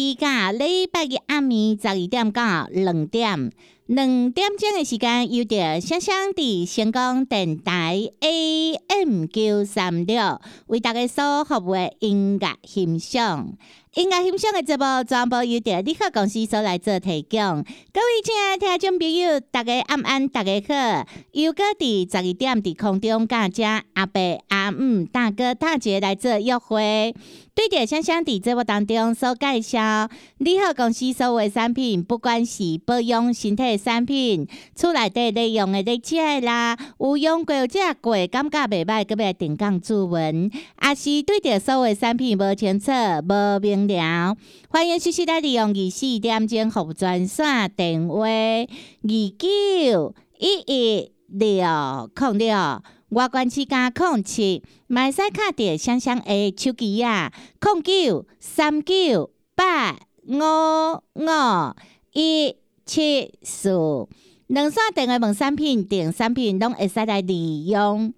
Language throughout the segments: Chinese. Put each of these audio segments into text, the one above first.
日甲礼拜日暗暝12点到2点，2点钟的时间由着香香的成功电台 AM 936为大家所服务的音乐欣赏。音乐欣赏的节目全部由着立客公司所来做提供。各位亲爱的听众朋友，大家晚安，大家好。又搁伫12点伫空中甲遮阿伯阿姆大哥大姐来做约会。对着香香伫节目当中所介绍，立客公司所有的产品，不管是保养身体的产品、厝内底咧用的咧食的啦，有用过有食过，感觉袂歹，搁要定岗注文，也是对着所有的产品无清楚、无明了，欢迎随时来利用24点钟服务专线电话29116606。外观市价07，嘛会使卡着香香的手机啊，0939855174，两线电话问产品、订产品拢会使来利用。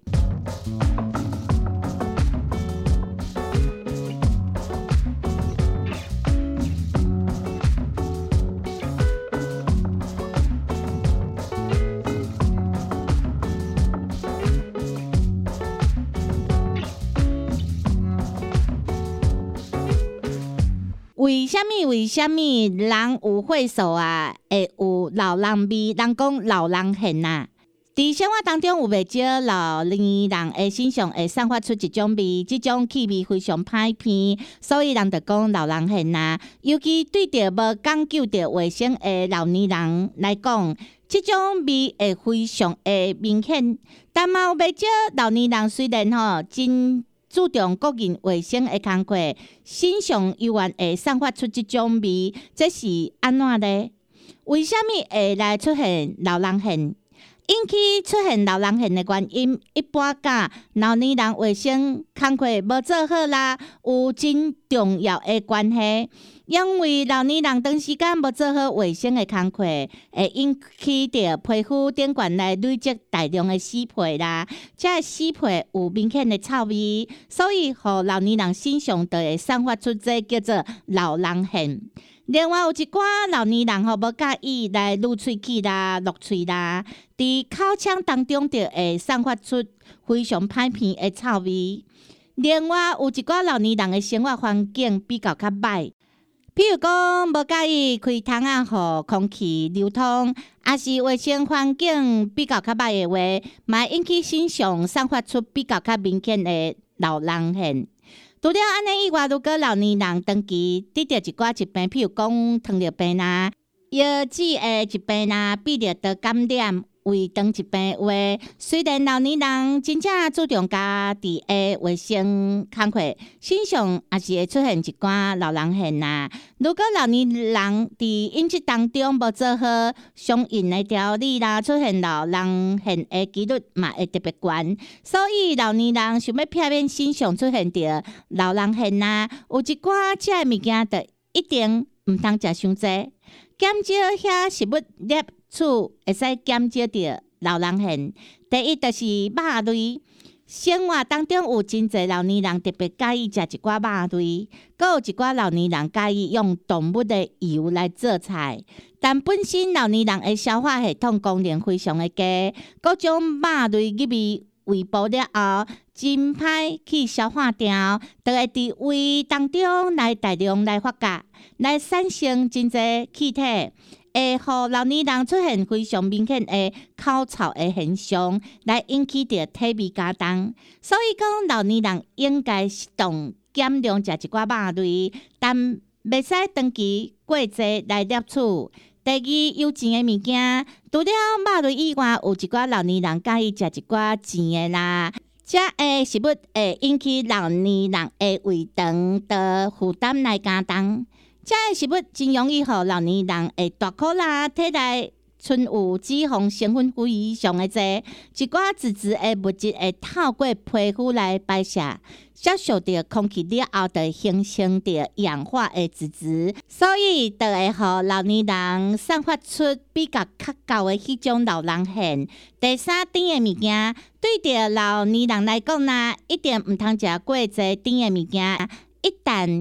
为什么人有岁数啊，会有老人味？人讲老人恨啊。伫生活当中有袂少老年人的身上会散发出一种味，这种气味非常歹闻，所以人就讲老人恨啊。尤其对着无讲究着卫生的老年人来讲，这种味会非常的明显。但嘛有袂少老年人虽然真注重个人卫生的工课，身上依然会散发出这种味，这是安怎呢？为什么会来出现老人恨？引起出现老人恨的原因，一般甲老年人卫生工课无做好啦，有真重要的关系。因为老年人长时间无做好卫生的工课，会引起着皮肤顶管来累积大量的死皮啦，这死皮有明显的臭味，所以互老年人身上就会散发出这叫做老人恨。另外有一寡老年人无介意来撸喙齿啦、落喙啦，伫口腔当中就会散发出非常歹闻的臭味。另外有一寡老年人的生活环境比较歹，譬如讲无介意开窗仔互空气流通，也是卫生环境比较歹的话，嘛引起身上散发出比较明显的老人恨。除了安尼以外，如果老年人长期得着一寡疾病，譬如讲糖尿病啦、腰子的疾病啦、泌尿道感染、胃肠疾病话，虽然老年人真正注重家己的卫生工课，身上也是会出现一寡老人恨啦。如果老年人伫饮食当中无做好相应的调理啦，出现老人恨的几率嘛会特别悬。所以老年人想要避免身上出现着老人恨啦，有一寡食的物件就一定毋通食伤济，减少遐食物摄取，会使减少着老人恨。第一就是肉类。生活当中有真侪老年人特别介意食一寡肉类，阁有一寡老年人介意用动物的油来做菜，但本身老年人的消化系统功能非常的低，各种肉类入去胃部了后，真歹去消化掉，就会伫胃当中来大量来发酵，来产生真侪气体。会互老年人出现非常明显的口臭的现象，来引起着体味加重。所以讲，老年人应该适当减量食一寡肉类，但袂使长期过节来摄取。第二，油煎的物件，除了肉类以外，有一寡老年人介意食一寡煎的啦。这的食物会引起老年人的胃肠的负担来加重。这的食物真容易互老年人会大口啦，体内存有脂肪成分非常的多，一寡脂质的物质会透过皮肤来排泄，接触到空气了后，就形成着氧化的脂质，所以就会互老年人散发出比较高的迄种老人恨。第三，甜的物件，对着老年人来讲啦，一定毋通食过侪甜的物件，一旦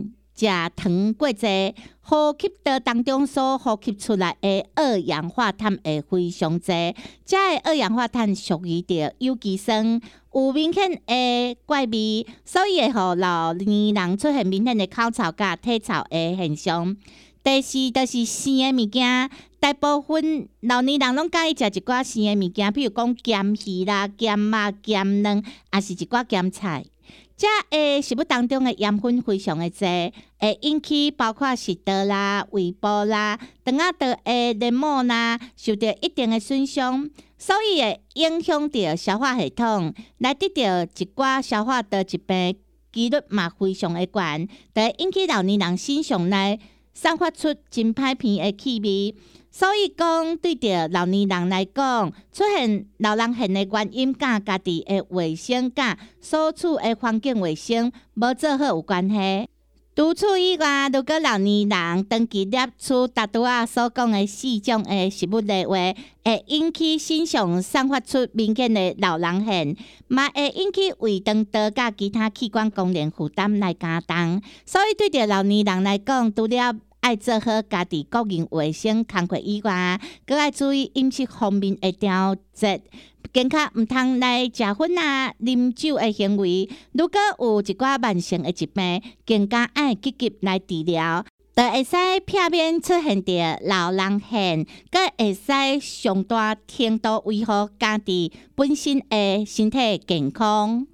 食糖过济，呼吸道当中所呼吸出来的二氧化碳会非常济。这个二氧化碳属于着有机酸，有明显的怪味，所以会互老年人出现明显的口臭甲体臭的现象。第四，就是生的物件，大部分老年人拢介意食一寡生的物件，比如讲咸鱼啦、咸肉、咸卵，也是一寡咸菜。这食物当中的盐分非常的济，会引起包括食道啦、胃部啦、肠仔道的黏膜啦，受到一定的损伤，所以会影响到消化系统，来得到一寡消化道疾病几率嘛非常的悬，就会引起老年人身上内散发出真歹闻的气味。所以讲，对着老年人来讲，出现老人癇的原因，甲家己的卫生甲所处的环境卫生无做好有关系。除此以外，如果老年人长期摄取大拄仔所讲的4种的食物的话，会引起身上散发出明显的老人癇，嘛会引起胃肠道甲其他器官功能负担来加重。所以对着老年人来讲，除了爱做好家己个人卫生工作以外，佮爱注意饮食方面的调节，健康毋通来食薰啊、啉酒的行为。如果有一寡慢性的疾病，更加爱积极来治疗，就会使避免出现着老人癇，佮会使上大程度维护家己本身的身体健康。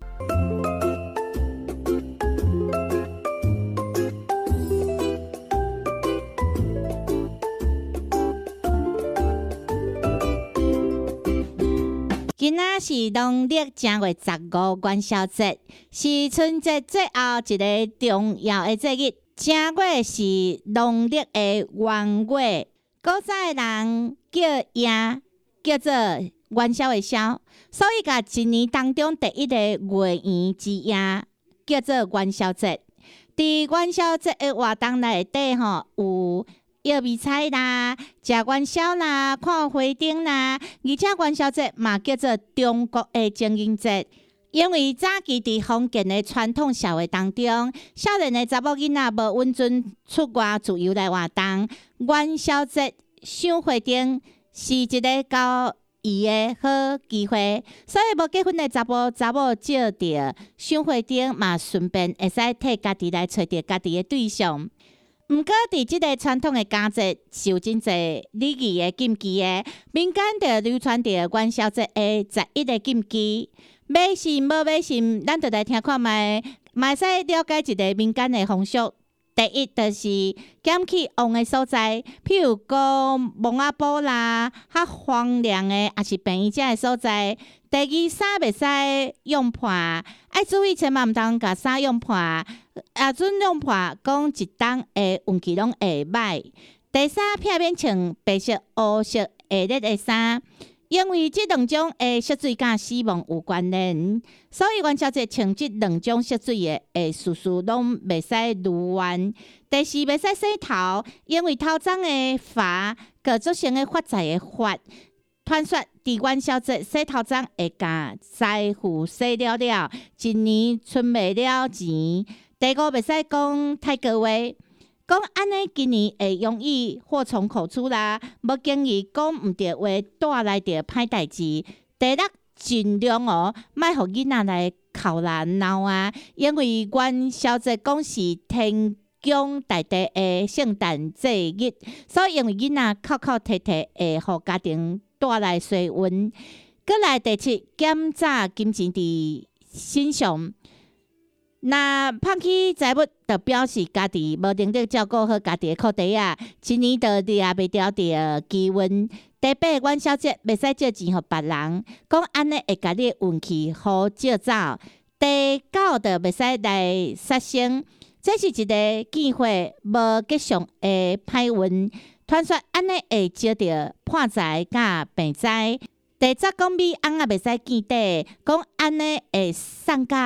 今仔是农历正月15元宵节，是春节最后一个重要的节日。正月是农历的元月，古早的人叫夜，叫做元宵的宵，所以甲一年当中第一个月圆之夜叫做元宵节。伫元宵节的活动内底有摇米菜啦、食元宵啦、看花灯啦，而且元宵节嘛叫做中国的情人节，因为早期伫封建的传统社会当中，少年的查某囡仔无允准出外自由来活动。元宵节赏花灯是一个交易的好机会，所以无结婚的查甫查某借着赏花灯嘛，顺便会使替家己来找着家己的对象。毋过，伫即个传统的佳节，是有真侪礼仪的禁忌的，民间就流传着元宵节的11个禁忌。迷信无迷信，咱就来听看卖，嘛使了解一个民间的风俗。第一，就是减去旺的所在，譬如讲墓仔埔啦、较荒凉的，也是病院遮的所在。第二，衫袂使用破，爱注意千万毋通甲衫用破，准用破，讲一冬的运气拢会歹。第三，避免穿白色、黑色、下热的衫，因为这两种的色水甲死亡有关联，所以元宵节穿这两种色水的事事拢袂使如愿。第四，袂使洗头，因为头鬃的发各组成的发财的发。传说伫元宵节洗头鬃会甲财富洗了了，一年存袂了钱。第五，袂使讲太过话，讲安尼今年会容易祸从口出啦，无经意讲毋对话，带来着歹代志。第六，尽量莫互囡仔来哭啦闹啊，因为元宵节讲是天公大帝的圣诞节日，所以因为囡仔哭哭啼啼会互家庭带来衰运。过来第七，检查金钱伫身上。若放弃财物，就表示家己无能力照顾好家己的裤底啊，一年就掠袂牢着机运。第八，元宵节袂使借钱互别人，讲安尼会甲你运气好借走。第九，就袂使来杀生，这是一个见血无吉祥的歹运。传说安尼会招着破财甲病灾。第十，讲米翁仔袂使见底，讲安尼会送甲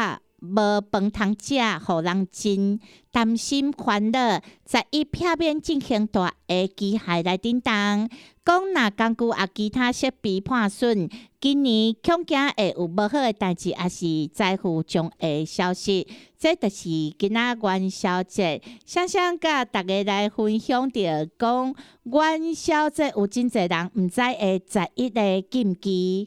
无饭通食，互人真担心烦恼，在伊片面进行大个机械来叮当。讲若工具也其他设备破损，今年恐惊会有无好诶代志，也是财富将会消失。这就是今仔元宵节，想甲大家来分享着讲元宵节有真侪人毋知会11个禁忌。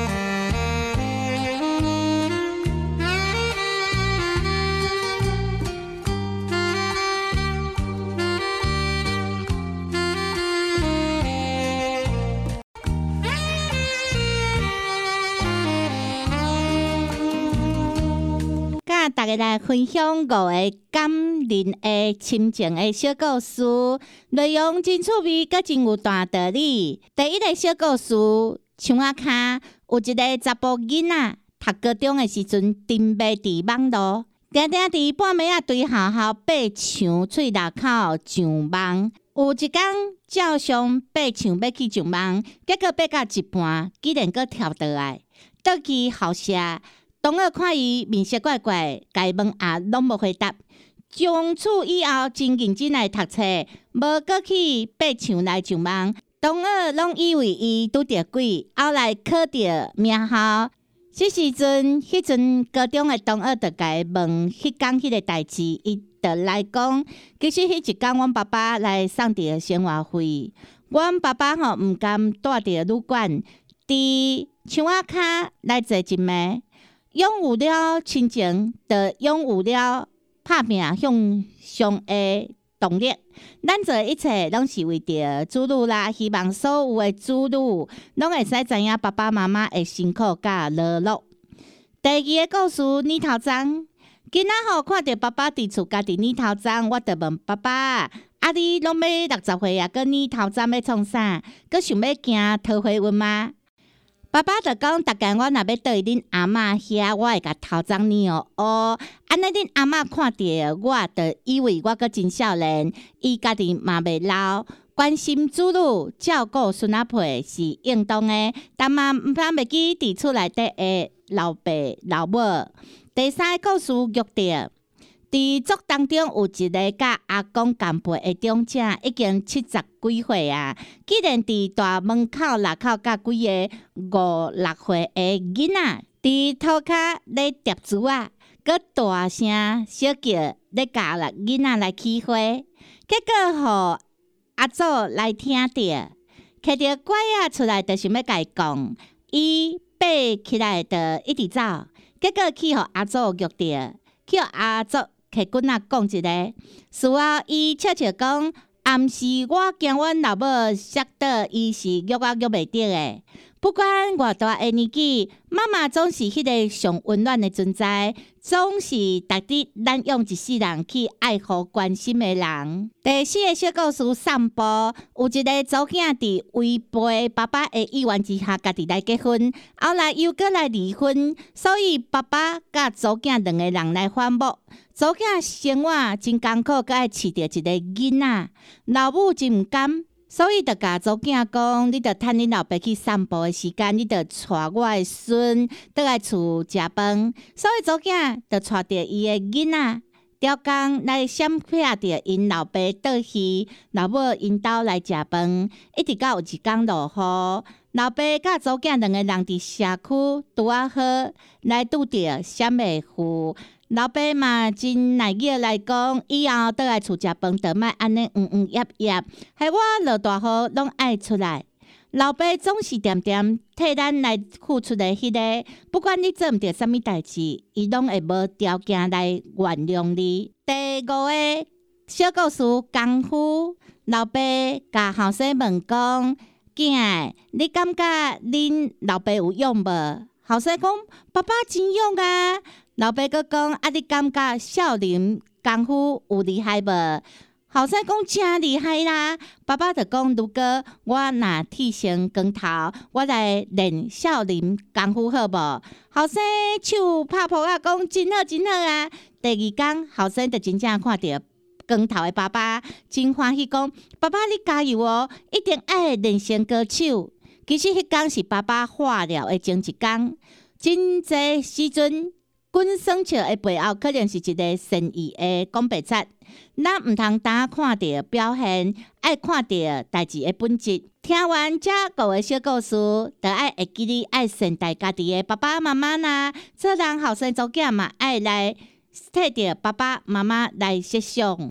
甲大家来分享5个感人的亲情的小故事，内容真趣味，阁真有大道理。第一个小故事，墙仔骹有一个查甫囡仔，读高中的时阵，沉迷伫网络，定定伫半暝啊，对学校爬墙喙路口上网。有一天，照常爬墙要去上网，结果爬到一半，竟然阁跳倒来，倒去校舍。同学看伊面色怪怪，家问也拢无回答。从此以后，真认真来读册，无搁去爬墙来上网。同学拢以为伊拄着鬼，后来考着名校。迄阵高中的同学就甲伊问迄天迄个代志，伊就来讲，其实迄一天阮爸爸来送着生活费，阮爸爸毋甘带着旅馆，伫墙仔骹来坐一暝。拥有了亲情，就拥有了拍拼向上的动力。咱做一切拢是为着子女啦，希望所有的子女拢会使知影爸爸妈妈的辛苦甲劳碌。第二个故事，年头钟。今仔看到爸爸伫厝家己年头钟，我就问爸爸：你拢要60岁啊？搁年头钟要创啥？搁想要行桃花运吗？爸爸就讲，逐间我若要倒去恁阿嬷遐，我会甲头钟年安尼恁阿嬷看到我，就以为我阁真少年，伊家己嘛袂老，关心子女，照顾孙仔辈是应当的，但嘛毋通袂记伫厝内底的老爸老母。第三个故事约着。伫族当中有一个甲阿公同辈的长者，已经70几岁啊，竟然伫大门口路口甲几个5、6岁的囡仔伫涂骹咧叠珠啊，佮大声小叫咧教囡仔来起花，结果互阿祖来听着，摕着拐仔出来，就想要甲伊讲，伊爬起来就一直走，结果去互阿祖约着，去互阿祖。摕棍仔讲一个，事后伊笑笑讲，暗时我惊阮老母摔倒，伊是约我约袂着的。不管偌大个年纪，妈妈总是迄个上温暖的存在，总是值得咱用一世人去爱护关心的人。第四个小故事散步，有一个祖囝伫违背爸爸的意愿之下，家己来结婚，后来又搁来离婚，所以爸爸甲祖囝两个人来反目。祖囝生活真艰苦，佮爱饲着一个囡仔，老母真毋甘。所以，就甲祖囝讲，你着趁恁老爸去散步的时间，你着带我的孙倒来厝食饭。所以，祖囝就带着伊的囡仔，雕工来闪避着因老爸倒去老母因兜来食饭，一直到有一天落雨，老爸甲祖囝两个人伫社区拄啊好来拄着闪的雨。老爸嘛真耐热来讲，以后倒来厝食饭，就莫安尼掖掖，害我落大雨拢爱出来。老爸总是点点替咱来付出的迄个，不管你做毋着啥物代志，伊拢会无条件来原谅你。第5个小故事，功夫。老爸甲后生问讲：囝，你感觉恁老爸有用无？后生讲：爸爸真用啊。老爸佫讲：你感觉少林功夫有厉害无？后生讲真厉害啦。爸爸就讲：如果我若剃成光头，我来练少林功夫好无？后生手拍扑啊，讲真好真好啊。第2天，后生就真正看到光头的爸爸，真欢喜讲：爸爸你加油哦，一定爱练成高手。其实迄天是爸爸化疗的前一天，真侪时阵。几粉酸笑的背后，可能是一个善意的讲白贼。咱毋通单看到表现，爱看到代志的本质。听完这5个小故事，就爱会记哩爱善待家己的爸爸妈妈啦。做人后生做囝嘛，爱来替着爸爸妈妈来设想。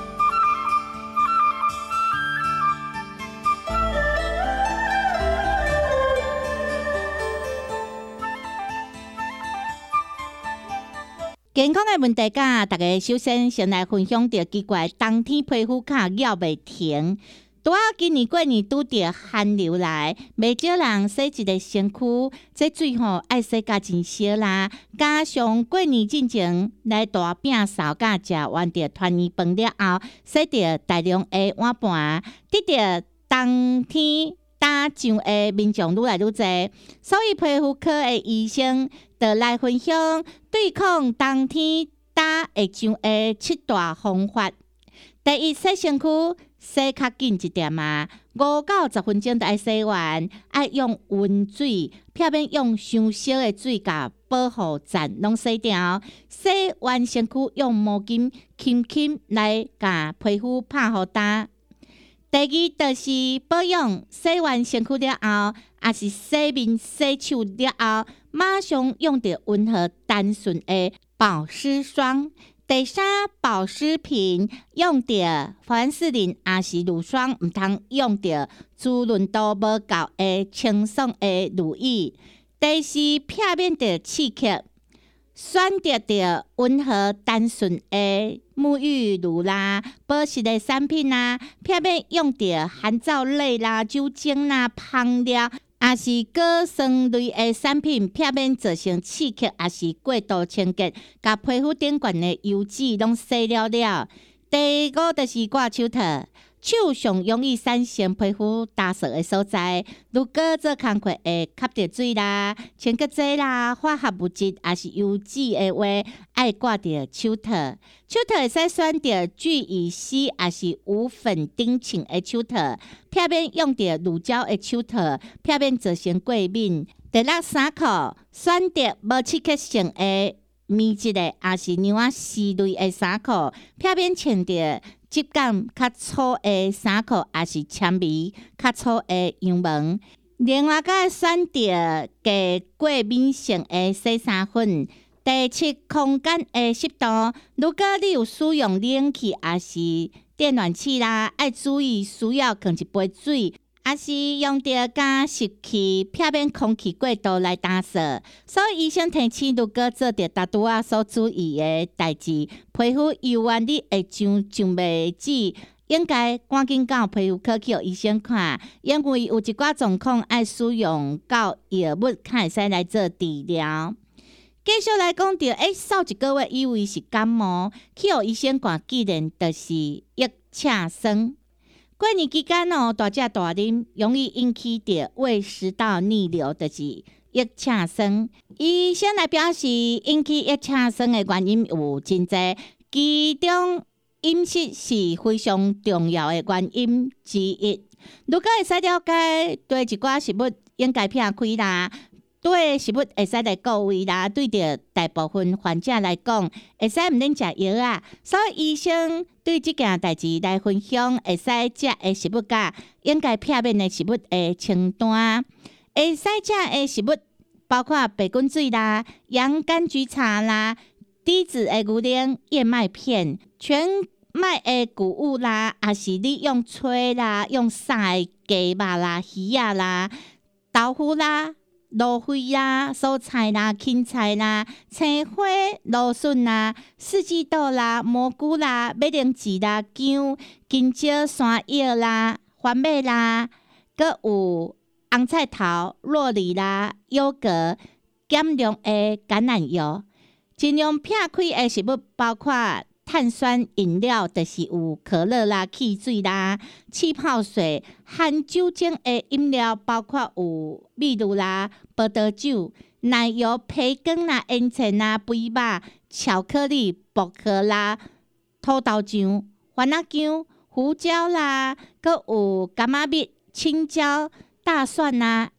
健康的问题甲大家首先先来分享着奇怪，冬天皮肤卡咬袂停。拄啊，今年过年拄着寒流来，袂少人洗一个身躯，这水吼爱洗甲真少啦。加上过年进前来大饼扫甲食完着团圆饭了后，洗着大量的碗盘，得着冬天打仗的民众愈来愈侪，所以皮肤科的医生就来分享对抗冬天打会上的7大方法。第一，洗身躯洗较紧一点5到10分钟就爱洗完，爱用温水，避免用伤烧的水甲保护层拢洗掉。洗完身躯用毛巾轻轻来甲皮肤拍互干。第二就是保养，洗完身躯了后，也是洗面洗手了后，马上用着温和单纯的保湿霜。第三，保湿品用着凡士林也是乳霜，毋通用着滋润度无够的清爽的乳液。第四，避免着刺激，选择着温和单纯的沐浴乳啦、保湿的产品啦，避免用着含皂类啦、酒精啦、香料。也是果酸类的产品，避免造成刺激，也是过度清洁，甲皮肤顶悬的油脂拢洗了了。第5就是挂手套，手上容易产生皮肤打湿的所在，如果做工课会吸着水啦、清洁剂啦、化学物质，也是油脂的话，爱挂着手套。手套会使选择聚乙烯，也是无粉丁腈的手套，避免用着乳胶的手套，避免造成过敏。第6，衫裤选择无刺激性的棉质的，也是牛仔丝类的衫裤，避免穿着质感较粗的衫裤，也是纤维较粗的羊毛。另外，佮选择加过敏性的洗衫粉。第7，空间的湿度，如果你有使用冷气也是电暖气啦，爱注意需要放一杯水，也是用着加湿器，避免空气过度来打湿。所以医生提醒，如果做着大拄仔所注意的代志，皮肤油完你会上袂止，应该赶紧到皮肤科去互医生看，因为有一寡状况爱使用到药物，才会使来做治疗。继续来讲到，扫1个月以为是感冒，去互医生看，既然就是腋赤酸。过年期间大食大啉，容易引起着胃食道逆流，就是腋赤酸。医生来表示，引起腋赤酸的原因有真侪，其中饮食是非常重要的原因之一。如果会使了解，对一寡食物应该避开啦。对食物会使来顾胃啦，对着大部分患者来讲，会使毋免食药啊。所以医生对即件代志来分享，会使食的食物甲应该避免的食物的清单。会使食的食物包括白滚水啦、洋甘菊茶啦、低脂的牛奶、燕麦片、全麦的谷物啦，也是你用吹啦、用撒的鸡肉啦、鱼仔啦、豆腐啦。芦荟啦、蔬菜啦、芹菜啦、青花、芦笋啦、四季豆啦、蘑菇啦、马铃薯啦、姜、金蕉、山药啦、番麦啦，搁有红菜头、洛梨啦、优格、减量的橄榄油，尽量避开的食物包括碳酸饮料，就是有可乐啦、汽水啦、气泡水；含酒精的饮料包括有秘鲁啦、葡萄酒、奶油、培根啦、烟尘啦、肥肉、巧克力、薄荷啦、土豆酱、番仔姜、胡椒啦，搁有柑仔蜜、青椒、大蒜啦、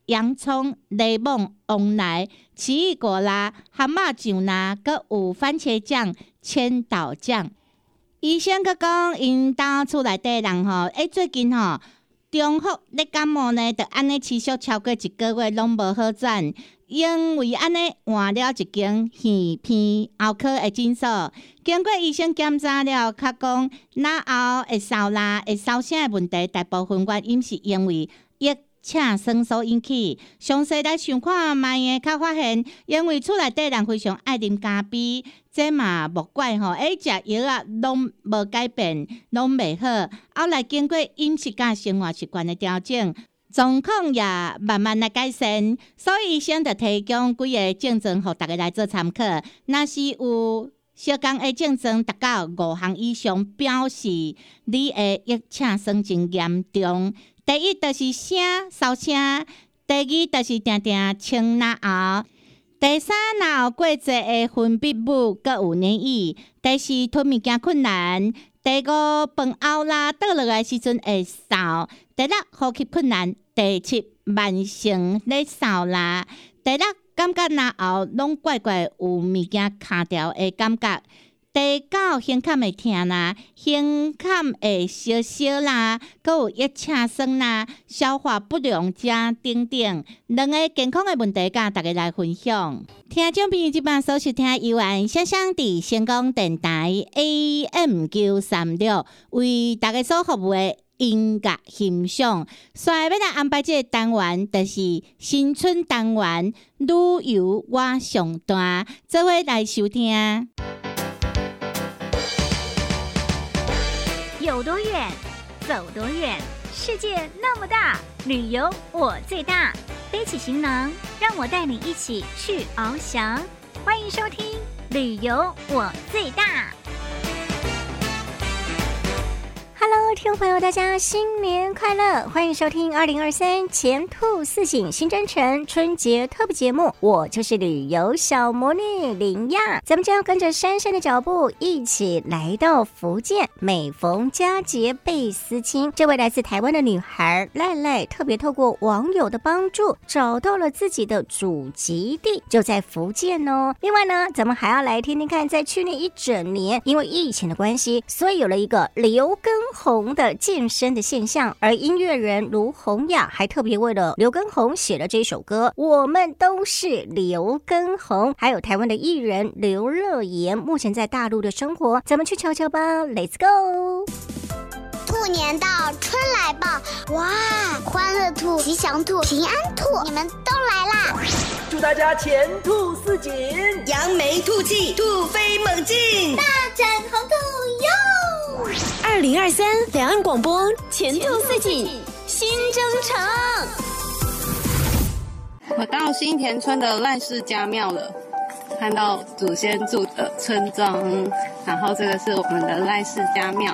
洋葱、柠檬、旺来、奇异果啦、蛤蟆酱啦，佮有番茄酱、千岛酱。医生佮讲，因兜厝内底人吼，最近吼，中伏咧感冒呢，就安尼持续超过1个月，拢无好转。因为安尼换了一间耳鼻喉科的诊所，经过医生检查了，较讲脑后会烧啦、会烧声的问题，大部分原因是因为液请酸所引起。详细来想看卖的，较发现，因为厝内底人非常爱啉咖啡，这嘛无怪吼，食药啊拢无改变，拢袂好。后来经过饮食甲生活习惯的调整，状况也慢慢来改善，所以医生就提供几个症状，互大家来做参考。若是有小工的症状达到5项以上，表示你的液请酸真严重。第一就是声烧声，第二就是定定清脑后，第三脑有过侪的分泌物，佮有黏液。第四吞物件困难。第五饭后啦，倒落来时阵会扫。第六呼吸困难。第七慢性咧扫啦。第六感觉脑后拢怪怪有物件卡掉的感觉。第九胸坎会痛啦，胸坎会烧烧啦，佮有腋赤酸啦，消化不良加等等，两个健康的问题，甲大家来分享。听众朋友，即摆所收听由安香香伫成功电台 AM936 为大家所服务的音乐欣赏。所以要来安排这个单元，就是新春单元旅游我上单，做伙来收听。 有多远，走多远，世界那么大，旅游我最大。背起行囊，让我带你一起去翱翔。欢迎收听《旅游我最大》。Hello， 听众朋友，大家新年快乐！欢迎收听2023前兔似锦新征程春节特别节目，我就是旅游小魔女林亚。咱们将跟着珊珊的脚步，一起来到福建。每逢佳节倍思亲，这位来自台湾的女孩赖赖，特别透过网友的帮助，找到了自己的祖籍地，就在福建哦。另外呢，咱们还要来听听看，在去年一整年，因为疫情的关系，所以有了一个刘畊宏的健身的现象，而音乐人卢洪雅还特别为了刘畊宏写了这首歌《我们都是刘畊宏》。还有台湾的艺人刘乐言，目前在大陆的生活，咱们去瞧瞧吧 ，Let's go！ 兔年到，春来报，哇！欢乐兔、吉祥兔、平安兔，你们都来啦！ 祝大家前兔似锦， 扬眉吐气，突飞猛进， 大展宏图哟 ！2023两岸广播前兔似锦新征程。 我到新田村的赖氏家庙了，看到祖先住的村庄，然后这个是我们的赖氏家庙。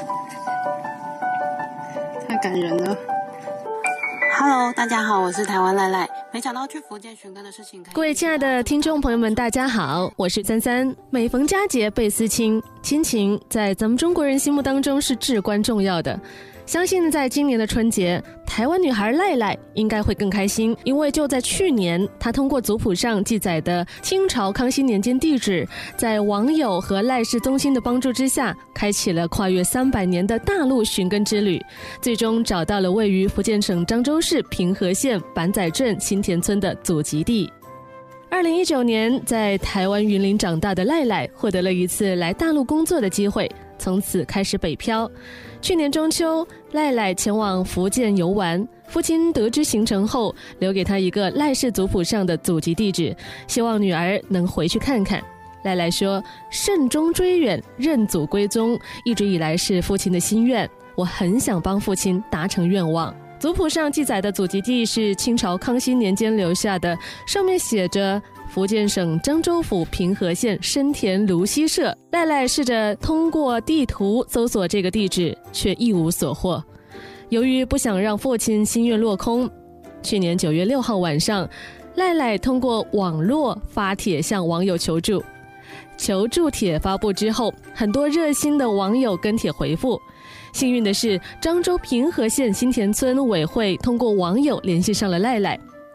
太感人了。Hello， 大家好，我是台湾赖赖。没想到去福建寻根的事情可以。 各位亲爱的听众朋友们，大家好，我是三三。每逢佳节倍思亲，亲情在咱们中国人心目当中是至关重要的。相信在今年的春节，台湾女孩赖赖应该会更开心，因为就在去年，她通过族谱上记载的清朝康熙年间地址，在网友和赖氏宗亲的帮助之下，开启了跨越300年的大陆寻根之旅，最终找到了位于福建省漳州市平和县板仔镇新田村的祖籍地。2019年，在台湾云林长大的赖赖获得了一次来大陆工作的机会，从此开始北漂。去年中秋，赖赖前往福建游玩，父亲得知行程后，留给他一个赖氏族谱上的祖籍地址，希望女儿能回去看看。赖赖说：“慎终追远，认祖归宗，一直以来是父亲的心愿，我很想帮父亲达成愿望。”族谱上记载的祖籍地是清朝康熙年间留下的，上面写着福建省漳州府平和县深田芦溪社。赖赖试着通过地图搜索这个地址，却一无所获。由于不想让父亲心愿落空，去年9月6号晚上，赖赖通过网络发帖向网友求助。求助帖发布之后，很多热心的网友跟帖回复。幸运的是，漳州平和县新田村委会通过网友联系上了赖赖。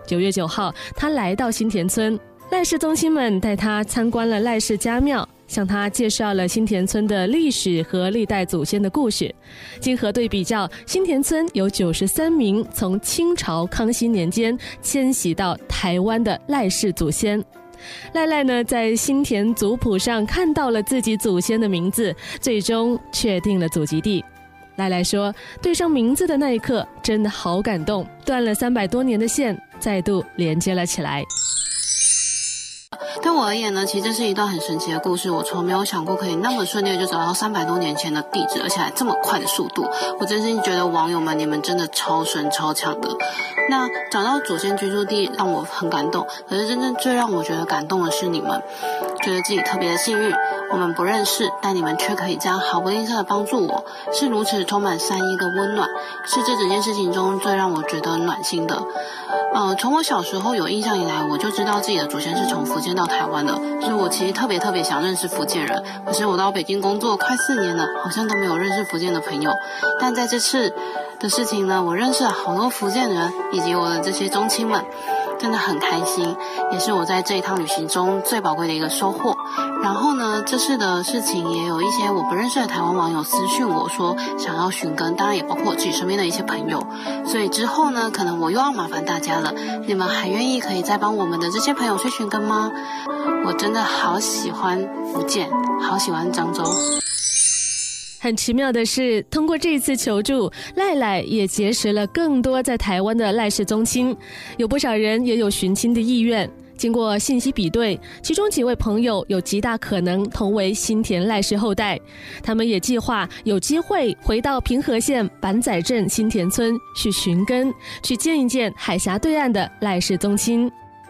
9月9号，他来到新田村，赖氏宗亲们带他参观了赖氏家庙，向他介绍了新田村的历史和历代祖先的故事。经核对比较，新田村有93名从清朝康熙年间迁徙到台湾的赖氏祖先。赖赖呢，在新田族谱上看到了自己祖先的名字，最终确定了祖籍地。赖赖说，对上名字的那一刻真的好感动，断了300多年的线再度连接了起来。 对我而言呢，其实这是一段很神奇的故事，我从没有想过可以那么顺利的就找到300多年前的地址，而且还这么快的速度。我真心觉得网友们你们真的超神超强的。那找到祖先居住地让我很感动，可是真正最让我觉得感动的是你们觉得自己特别的幸运，我们不认识，但你们却可以这样毫不吝啬的帮助我，是如此充满善意的温暖，是这整件事情中最让我觉得暖心的。从我小时候有印象以来，我就知道自己的祖先是从福建到台湾的，所以我其实特别想认识福建人。可是我到北京工作快4年了，好像都没有认识福建的朋友。但在这次的事情呢，我认识了好多福建人以及我的这些宗亲们，真的很开心，也是我在这一趟旅行中最宝贵的一个收获。然后呢，这次的事情也有一些我不认识的台湾网友私讯我说想要寻根，当然也包括我自己身边的一些朋友。所以之后呢，可能我又要麻烦大家了，你们还愿意可以再帮我们的这些朋友去寻根吗？我真的好喜欢福建，好喜欢漳州。 很奇妙的是，通过这一次求助，赖赖也结识了更多在台湾的赖氏宗亲，有不少人也有寻亲的意愿。经过信息比对，其中几位朋友有极大可能同为新田赖氏后代，他们也计划有机会回到平和县板仔镇新田村去寻根，去见一见海峡对岸的赖氏宗亲。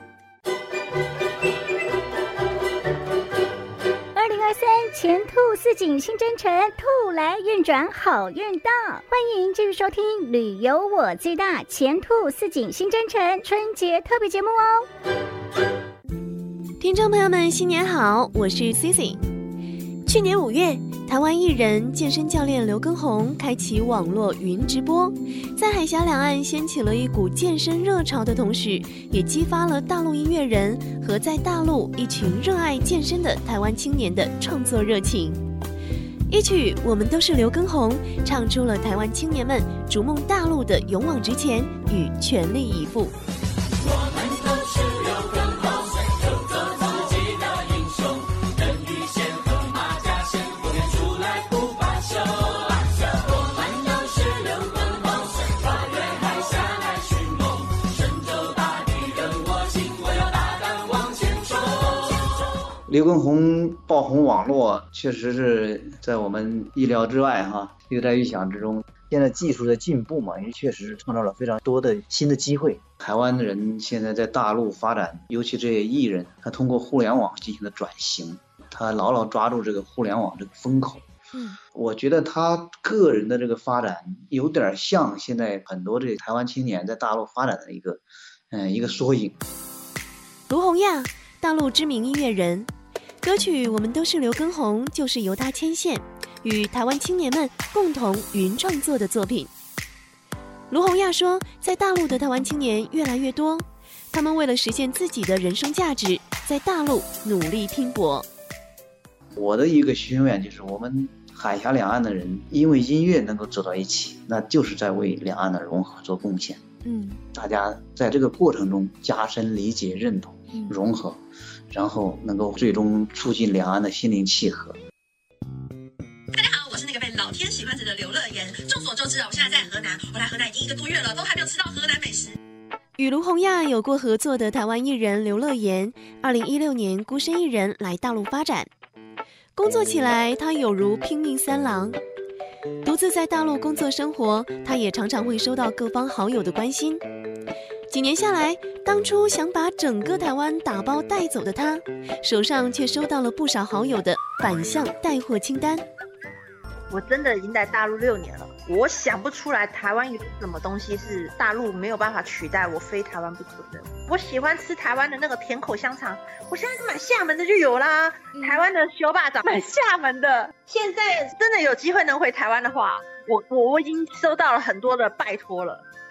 前兔似锦新征程，兔来运转好运到，欢迎继续收听旅游我最大前兔似锦新征程春节特别节目哦。 听众朋友们新年好，我是 Cici。 去年5月，台湾艺人健身教练刘畊宏开启网络云直播，在海峡两岸掀起了一股健身热潮的同时，也激发了大陆音乐人和在大陆一群热爱健身的台湾青年的创作热情。一曲《我们都是刘畊宏》唱出了台湾青年们逐梦大陆的勇往直前与全力以赴。 我们都是刘畊宏，就做自己的英雄，人鱼线和马甲线，不愿出来不罢休。我们都是刘畊宏，跨越海峡来寻梦，神州大地任我行，我要大胆往前冲。 刘畊宏爆红网络，确实是在我们意料之外哈，又在预想之中。现在技术的进步嘛，也确实是创造了非常多的新的机会。台湾的人现在在大陆发展，尤其这些艺人，他通过互联网进行了转型，他牢牢抓住这个互联网这个风口。我觉得他个人的这个发展有点像现在很多这个台湾青年在大陆发展的一个缩影。 卢洪亚，大陆知名音乐人，歌曲《我们都是刘畊宏》就是由他牵线，与台湾青年们共同云创作的作品。卢洪亚说，在大陆的台湾青年越来越多，他们为了实现自己的人生价值，在大陆努力拼搏。 我的一个心愿就是，我们海峡两岸的人因为音乐能够走到一起，那就是在为两岸的融合做贡献。大家在这个过程中加深理解、认同、融合，然后能够最终促进两岸的心灵契合。 大家好，我是那个被老天喜欢着的刘乐言。众所周知啊，我现在在河南，我来河南已经1个多月了，都还没有吃到河南美食。 与卢洪亚有过合作的台湾艺人刘乐言，2016年孤身一人来大陆发展，工作起来他有如拼命三郎。独自在大陆工作生活，他也常常会收到各方好友的关心。几年下来，当初想把整个台湾打包带走的他，手上却收到了不少好友的反向带货清单。 我真的已经在大陆6年了，我想不出来台湾有什么东西是大陆没有办法取代，我非台湾不可的。我喜欢吃台湾的那个甜口香肠，我现在买厦门的就有啦。台湾的小巴掌买厦门的。现在真的有机会能回台湾的话，我已经收到了很多的拜托了，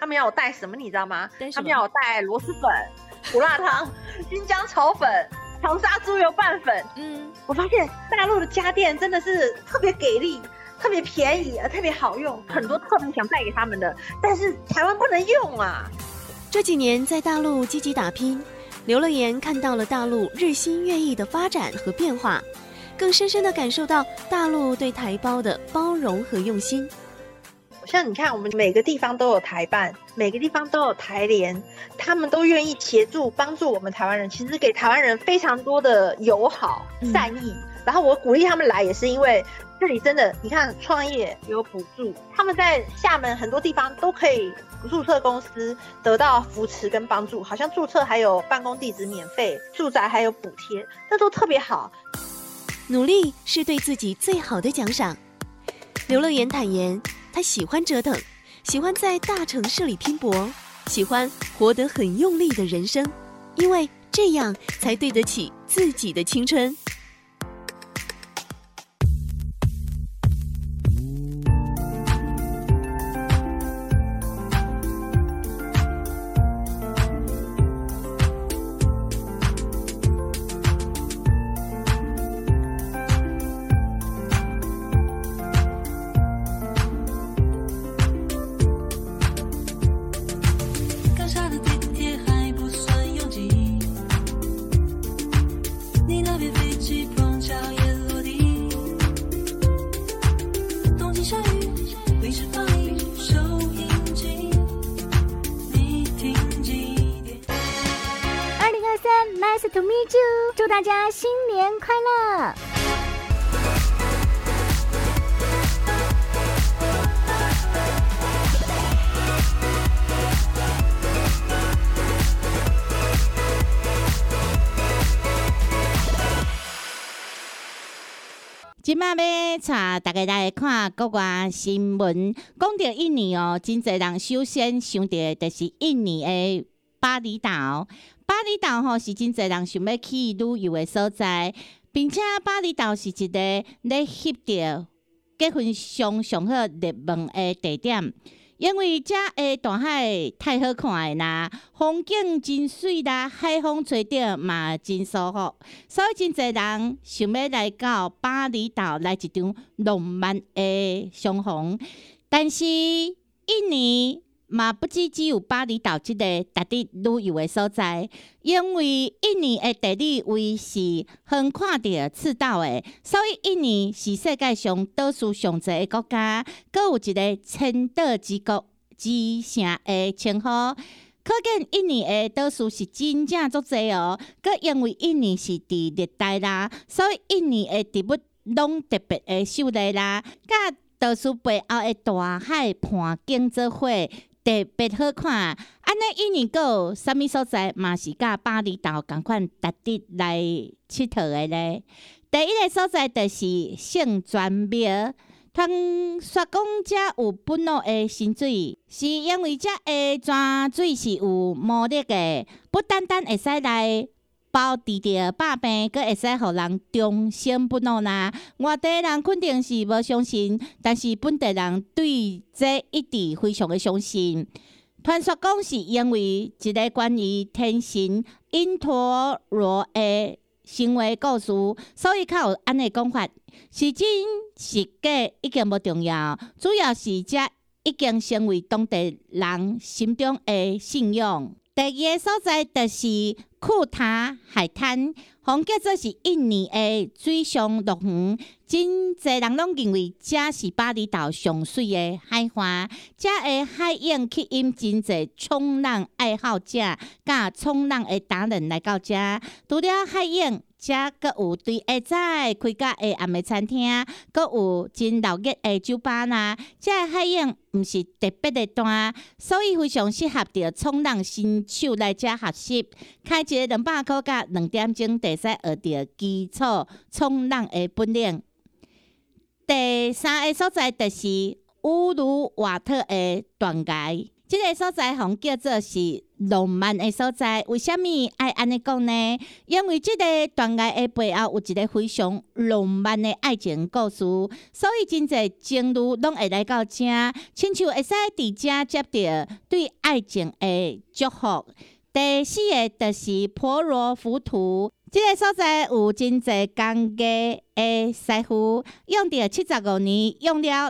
他们要我带什么你知道吗？ 带什么？ 他们要我带螺蛳粉、胡辣汤、新疆炒粉、长沙猪油拌粉。我发现大陆的家电真的是特别给力，特别便宜，特别好用，很多特别想带给他们的，但是台湾不能用啊。 这几年在大陆积极打拼，刘乐言看到了大陆日新月异的发展和变化，更深深地感受到大陆对台胞的包容和用心。 像你看，我们每个地方都有台办，每个地方都有台联，他们都愿意协助帮助我们台湾人，其实给台湾人非常多的友好善意。然后我鼓励他们来，也是因为这里真的，你看创业有补助，他们在厦门很多地方都可以注册公司得到扶持跟帮助，好像注册还有办公地址免费，住宅还有补贴，这都特别好。 努力是对自己最好的奖赏。刘乐言坦言，他喜欢折腾，喜欢在大城市里拼搏，喜欢活得很用力的人生，因为这样才对得起自己的青春。 Nice to meet you， 祝大家新年快乐！ 今麦要带大家来看国外新闻。讲到印尼哦，真侪人首先想到的就是印尼的巴厘岛。巴厘岛吼是真侪人想要去旅游的所在，并且巴厘岛是一个咧翕到结婚上好热门的地点，因为遮的大海太好看的啦，风景真水啦，海风吹到嘛真舒服，所以真侪人想要来到巴厘岛来一场浪漫的相逢。但是印尼嘛不只有巴厘岛这个值得旅游的所在，因为印尼的地理位是横看到赤道的，所以印尼是世界上岛数上侪的国家，阁有一个千岛之国之城的称号。可见印尼的岛数是真正足侪哦。阁因为印尼是伫热带啦，所以印尼的植物拢特别的秀丽啦，甲岛数背后的大海畔景做伙，特别好看。安尼印尼阁有啥物所在嘛是甲巴厘岛同款值得来佚佗的咧？第一个所在就是圣泉庙。传说讲遮有本土的神水，是因为遮的泉水是有魔力的，不单单会使来包治着百病，阁会使互人终身不老啦。外地人肯定是无相信，但是本地人对这一直非常的相信。传说讲是因为一个关于天神因陀罗的行为故事，所以较有安尼讲法。是真是假已经无重要，主要是遮已经成为当地人心中的信仰。第二个所在就是库塔海滩，红叫做是印尼的水上乐园，真侪人拢认为遮是巴厘岛上水的海岸。遮的海泳去引真侪冲浪爱好者甲冲浪的达人来到遮，除了海泳。遮阁有对下早开到下暗的餐厅，阁有真热闹的酒吧啦。遮的海泳毋是特别的大，所以非常适合着冲浪新手来遮学习。开一个200块甲2点钟，就使学着基础冲浪的本领。第三个所在就是乌鲁瓦特的断崖。这个所在叫做是浪漫的所在。为什么爱安尼讲呢？因为这个断崖的背后有一个非常浪漫的爱情故事，所以真侪情侣拢会来到这，亲像会使伫这接到对爱情的祝福。第四个就是婆罗浮屠。这个所在有真侪工艺的师傅，用着75年，用了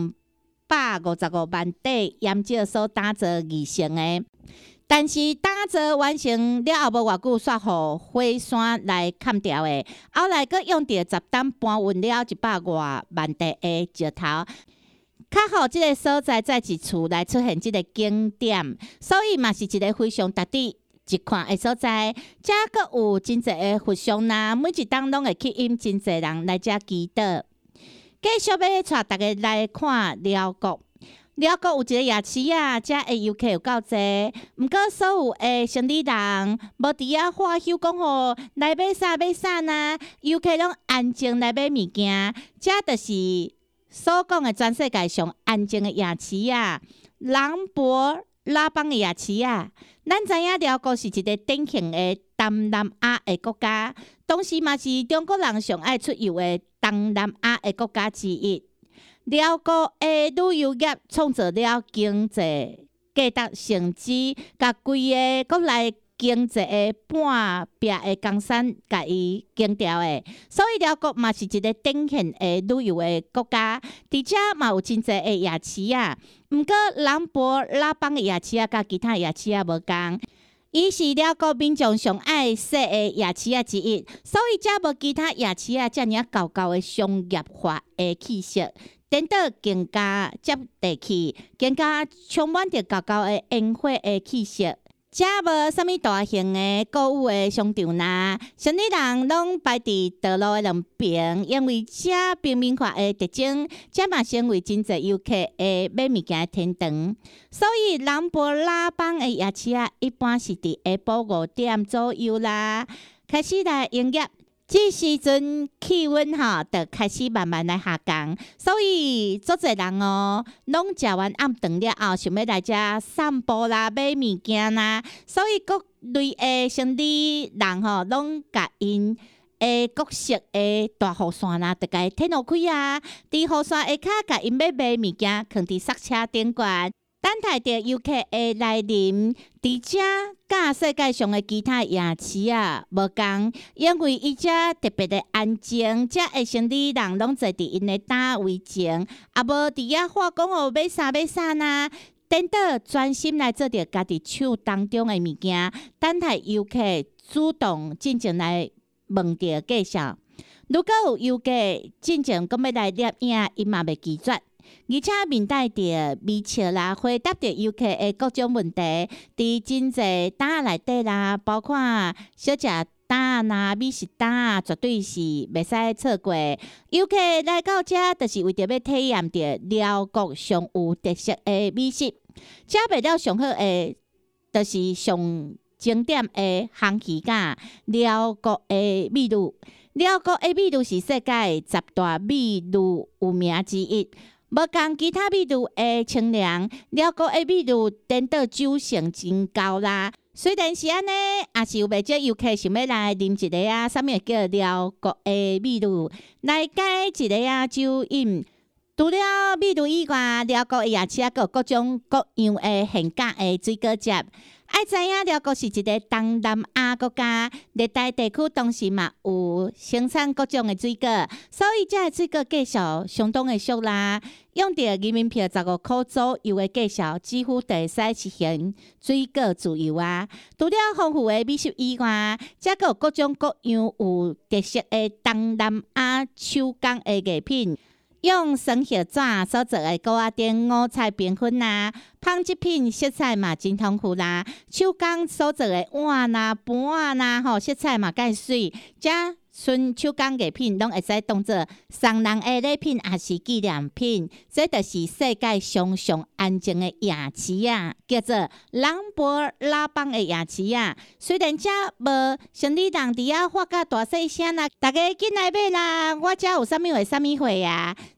255万底岩石所打造而成的。但是打造完成了后，无偌久，煞互火山来砍掉的。后来佫用着10担搬运了100多万地的石头，较好即个所在在一处来出现即个景点，所以嘛是一个非常值得一看的所在。遮佫有真侪的佛像啦，每一档拢会吸引真侪人来遮祈祷。继续要带大家来看辽国。辽国有一个夜市啊，遮的游客有够侪，毋过所有的生理人无伫遐花休讲吼来买啥呐，游客拢安静来买物件。遮就是所讲的全世界上安静的夜市啊，朗博拉邦的夜市啊。咱知影辽国是一个典型的东南亚的国家，同时嘛是中国人上爱出游的东南亚的国家之一。辽国的旅游业创造了经济价值成绩，甲规个国内经济的半壁的江山，甲伊经掉的。所以辽国嘛是一个典型的旅游的国家，而且嘛有真侪的夜市啊。毋过朗博拉邦的夜市啊，甲其他夜市啊无共。伊是辽国民众上爱说的夜市啊之一，所以遮无其他夜市啊遮尔高高的商业化的气息。颠倒更加接地气，更加充满着高高的烟火的气息。遮无啥物大型的购物的商场啦，生理人拢摆伫道路的两边，因为遮平民化的特征，遮嘛成为真侪游客的买物件的天堂。所以朗博拉邦的夜市啊，一般是伫下晡5点左右啦，开始来营业。这时阵气温就开始慢慢来下降，所以足侪人拢食完暗顿了后，想要来遮散步啦、买物件啦，所以各类的生理人拢甲因的各式的大雨伞啦，就甲天落开啊，伫雨伞下骹甲因要买物件，放伫刹车顶悬。等待着游客的来临，伫遮甲世界上的其他夜市啊无共，因为伊遮特别的安静，遮的生理人拢坐伫因的单位前，也无伫遐话讲买啥呐，等到专心来做着家己手当中的物件，等待游客主动进前来问着介绍。如果有游客进前讲要来摄影，伊嘛袂拒绝。而且面带着微笑啦，回答着游客的各种问题，伫真侪档内底啦，包括小食档啦、美食档，绝对是袂使错过。游客来到遮，就是为着要体验着辽国上有特色的美食。遮卖了上好的，就是上经典的烘鱼羹，辽国的美女。辽国的美女是世界10大美女有名之一。无共其他美女的清凉，辽国的美女颠倒酒性真高啦。虽然是安尼，也是有袂少游客想要来啉一个啊，啥物叫辽国的美女来解一个啊酒饮。除了美女以外，辽国的夜市还有各种各样的现价的水果节。爱知影辽国是一个东南亚国家，热带地区当时嘛有生产各种的水果，所以遮的水果介绍相当的俗啦。用着人民币15块左右的介绍，几乎就会使实现水果自由啊！除了丰富的美食以外，遮个有各种各样有特色的东南亚手工的艺品。用生叶纸所做的糕仔店五彩缤纷啦，纺织品色彩嘛真丰富啦，手工所做的碗啦、盘啦，色彩嘛介水，遮纯手工艺品拢会使当做送人的礼品，也是纪念品。这就是世界上安静的夜市啊，叫做朗博拉邦的夜市啊。虽然遮无生理人伫遐发甲大细声啦，大家紧来买啦！我遮有啥物货啥物货啊？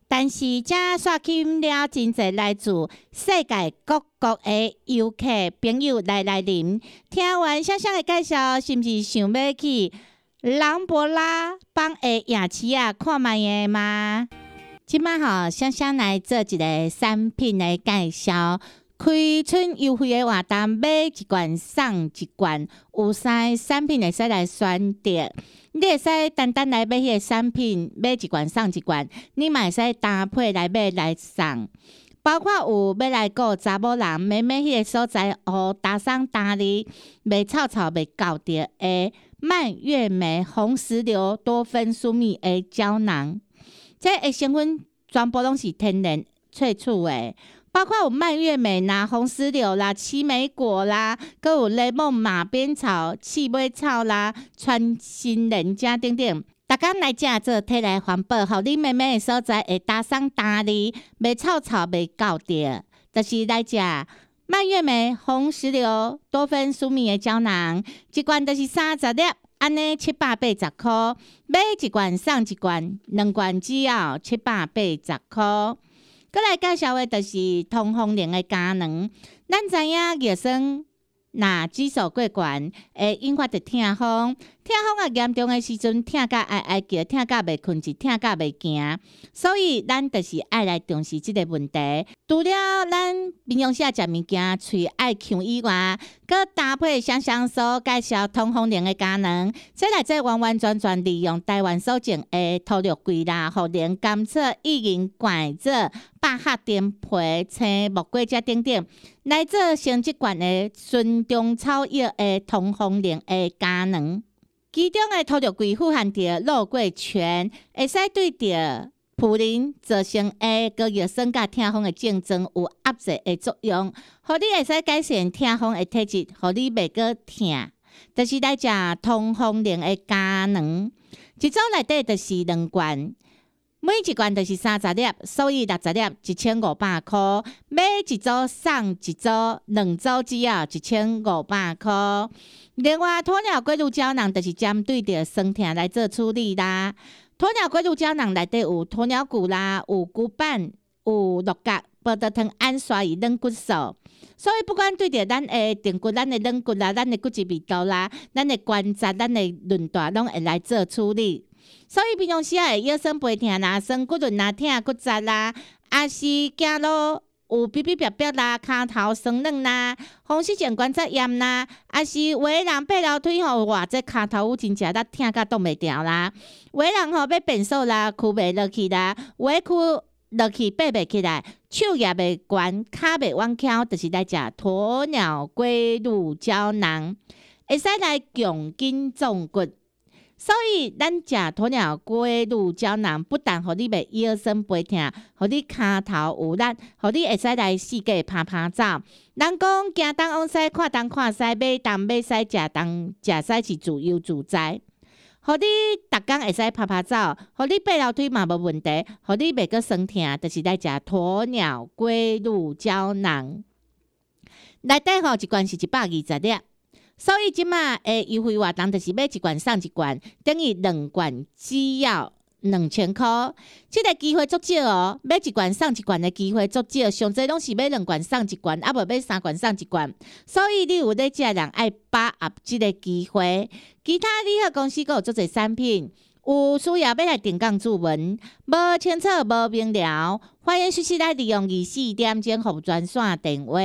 但是遮刷吸了真侪来自世界各国的游客朋友来啉。听完香香的介绍，是毋是想要去朗博拉邦的夜市啊看卖的吗？即摆吼，香香来做一个产品的介绍。开春优惠的活动，买一罐送一罐，有啥产品会使来选择？你会使单单来买迄个产品，买一罐送一罐，你嘛会使搭配来买来送。包括有要来顾查某人买迄个所在，互打送打理，袂臭臭袂搞着的蔓越莓红石榴多酚苏蜜的胶囊，这个成分全部拢是天然萃取的。包括有蔓越莓啦、红石榴啦、七莓果啦，佮有雷梦马鞭草、刺尾草啦、穿心莲遮等等。大家来遮做体内环保，互你妹妹的所在会打送打理，袂臭臭袂搞着。就是来遮蔓越莓红石榴多酚苏蜜的胶囊，一罐就是30粒，安尼780块。买一罐送一罐，2罐只要780块。再来介绍的就是通风灵的胶囊。咱知影热酸若指数过悬，会引发着痛风。痛风啊严重的时阵，痛甲哀叫，痛甲袂困去，痛甲袂行。所以咱就是爱来重视这个问题。除了咱平常时食物件喙爱呛以外，佮搭配香香所介绍通风灵的胶囊，这来这完完全全利用台湾所种的土绿桂啦、茯苓、甘草、薏仁、枴枣、百合、丁皮、青木瓜这等等，来做成一罐的纯中草药的通风灵的胶囊。其中的土绿桂富含着肉桂醛，会使对着普林造成的高热酸甲痛风的症状有压制的作用，互你会使改善痛风的体质，互你袂过痛。就是来食通风灵的胶囊，一组内底就是2罐。每一罐就是30粒，所以60粒1500块。买一组送一组，2组只要1500块。另外，鸵鸟龟鹿胶囊就是针对着酸痛来做处理啦。鸵鸟龟鹿胶囊内底有鸵鸟骨啦，有骨板，有鹿角、葡萄糖胺刷与软骨素。所以不管对着咱的髌骨、咱的软骨啦、咱的骨质密度啦、咱的关节、咱的韧带，拢会来做处理。所以平常时会腰酸背痛啦、酸骨轮啦、痛骨折啦，也是走路有哔哔哔哔啦、骹头酸软啦、风湿性关节炎啦，也是有的人爬楼梯吼，哇，这骹头有真正力痛甲挡袂牢啦。有的人吼要变瘦啦，跍袂落去啦，有的跍落去爬袂起来，手也袂悬，骹袂弯翘，就是来食鸵鸟龟鹿胶囊，会使来强筋壮骨。所以，咱食鸵鸟龟鹿胶囊，不但互你袂腰酸背痛，互你骹头有力，互你会使来四界拍拍走。人讲行东往西，看东看西，买东买西，食东食西是自由自在。互你逐工会使拍拍走，互你爬楼梯嘛无问题，互你袂阁酸痛，就是来食鸵鸟龟鹿胶囊。内底吼一罐是120粒。所以即马的优惠活动就是买一罐送一罐，等于2罐只要2000块。这个机会足少哦，买一罐送一罐的机会足少，上侪拢是买2罐送一罐，啊无买3罐送一罐。所以你有咧食人爱把握这个机会。其他利好公司阁有足侪产品，有需要要来定岗注文，无清楚无明了，欢迎随时来利用24点钟服务专线电话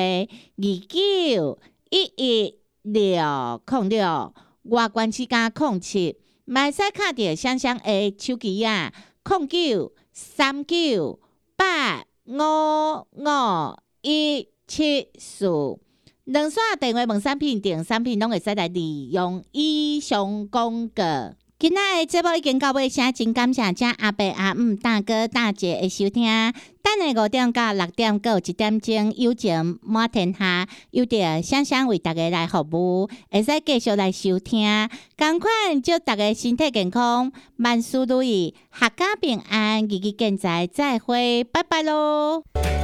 29110606外关时间07，嘛会使卡着香香的手机啊0939855514，两线电话问产品定产品拢会使来利用以上广告。今仔的节目已经到尾声，真感谢遮阿伯阿姆大哥大姐的收听。等下5点到6点，还有1点钟，有情满天下，有着香香为大家来服务，会使继续来收听。赶快祝大家身体健康，万事如意，阖家平安，日日健在，再会，拜拜喽！